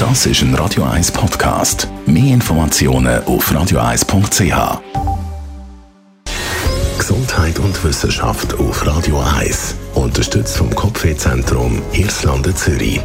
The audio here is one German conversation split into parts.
Das ist ein Radio 1 Podcast. Mehr Informationen auf radio1.ch. Gesundheit und Wissenschaft auf Radio 1. Unterstützt vom Kopfwehzentrum Irlande Zürich.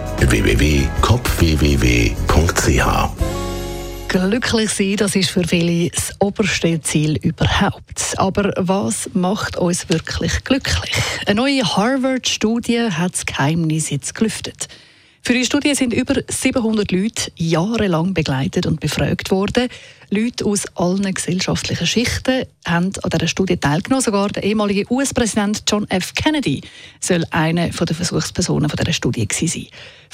www.kopfwww.ch. Glücklich sein, das ist für viele das oberste Ziel überhaupt. Aber was macht uns wirklich glücklich? Eine neue Harvard-Studie hat das Geheimnis jetzt gelüftet. Für die Studie sind über 700 Leute jahrelang begleitet und befragt worden. Leute aus allen gesellschaftlichen Schichten haben an dieser Studie teilgenommen. Sogar der ehemalige US-Präsident John F. Kennedy soll eine der Versuchspersonen dieser Studie gewesen sein.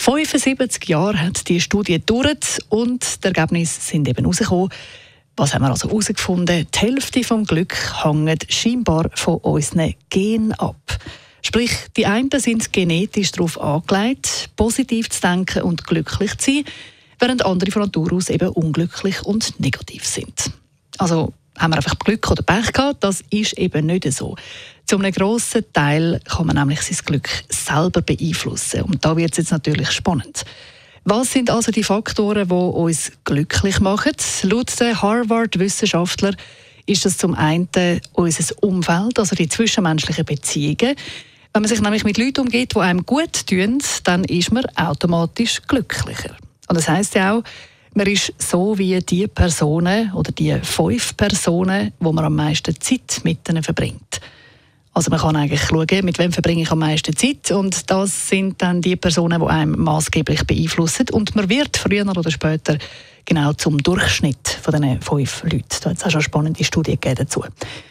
75 Jahre hat die Studie gedauert und die Ergebnisse sind eben rausgekommen. Was haben wir also herausgefunden? Die Hälfte vom Glück hängt scheinbar von unseren Genen ab. Sprich, die einen sind genetisch darauf angelegt, positiv zu denken und glücklich zu sein, während andere von Natur aus eben unglücklich und negativ sind. Also haben wir einfach Glück oder Pech gehabt? Das ist eben nicht so. Zu einem grossen Teil kann man nämlich sein Glück selber beeinflussen. Und da wird es jetzt natürlich spannend. Was sind also die Faktoren, die uns glücklich machen? Laut den Harvard-Wissenschaftler ist das zum einen unser Umfeld, also die zwischenmenschlichen Beziehungen. Wenn man sich nämlich mit Leuten umgeht, die einem gut tun, dann ist man automatisch glücklicher. Und das heisst ja auch, man ist so wie die Personen oder die 5 Personen, wo man am meisten Zeit mit ihnen verbringt. Also man kann eigentlich schauen, mit wem verbringe ich am meisten Zeit, und das sind dann die Personen, die einem maßgeblich beeinflussen, und man wird früher oder später genau zum Durchschnitt von diesen 5 Leuten. Da hat es auch schon eine spannende Studie dazu.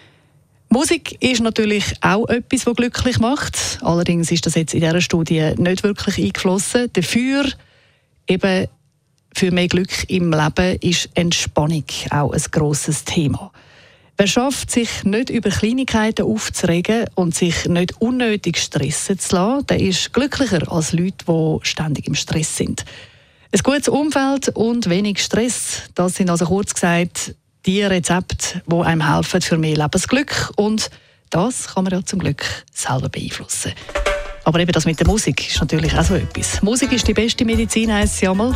Musik ist natürlich auch etwas, das glücklich macht. Allerdings ist das jetzt in dieser Studie nicht wirklich eingeflossen. Dafür eben für mehr Glück im Leben ist Entspannung auch ein grosses Thema. Wer schafft, sich nicht über Kleinigkeiten aufzuregen und sich nicht unnötig stressen zu lassen, der ist glücklicher als Leute, die ständig im Stress sind. Ein gutes Umfeld und wenig Stress, das sind also kurz gesagt die Rezepte, die einem helfen für mehr Lebensglück. Und das kann man ja zum Glück selber beeinflussen. Aber eben das mit der Musik ist natürlich auch so etwas. Musik ist die beste Medizin, heisst es ja mal.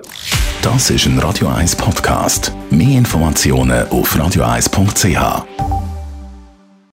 Das ist ein Radio 1 Podcast. Mehr Informationen auf radio1.ch.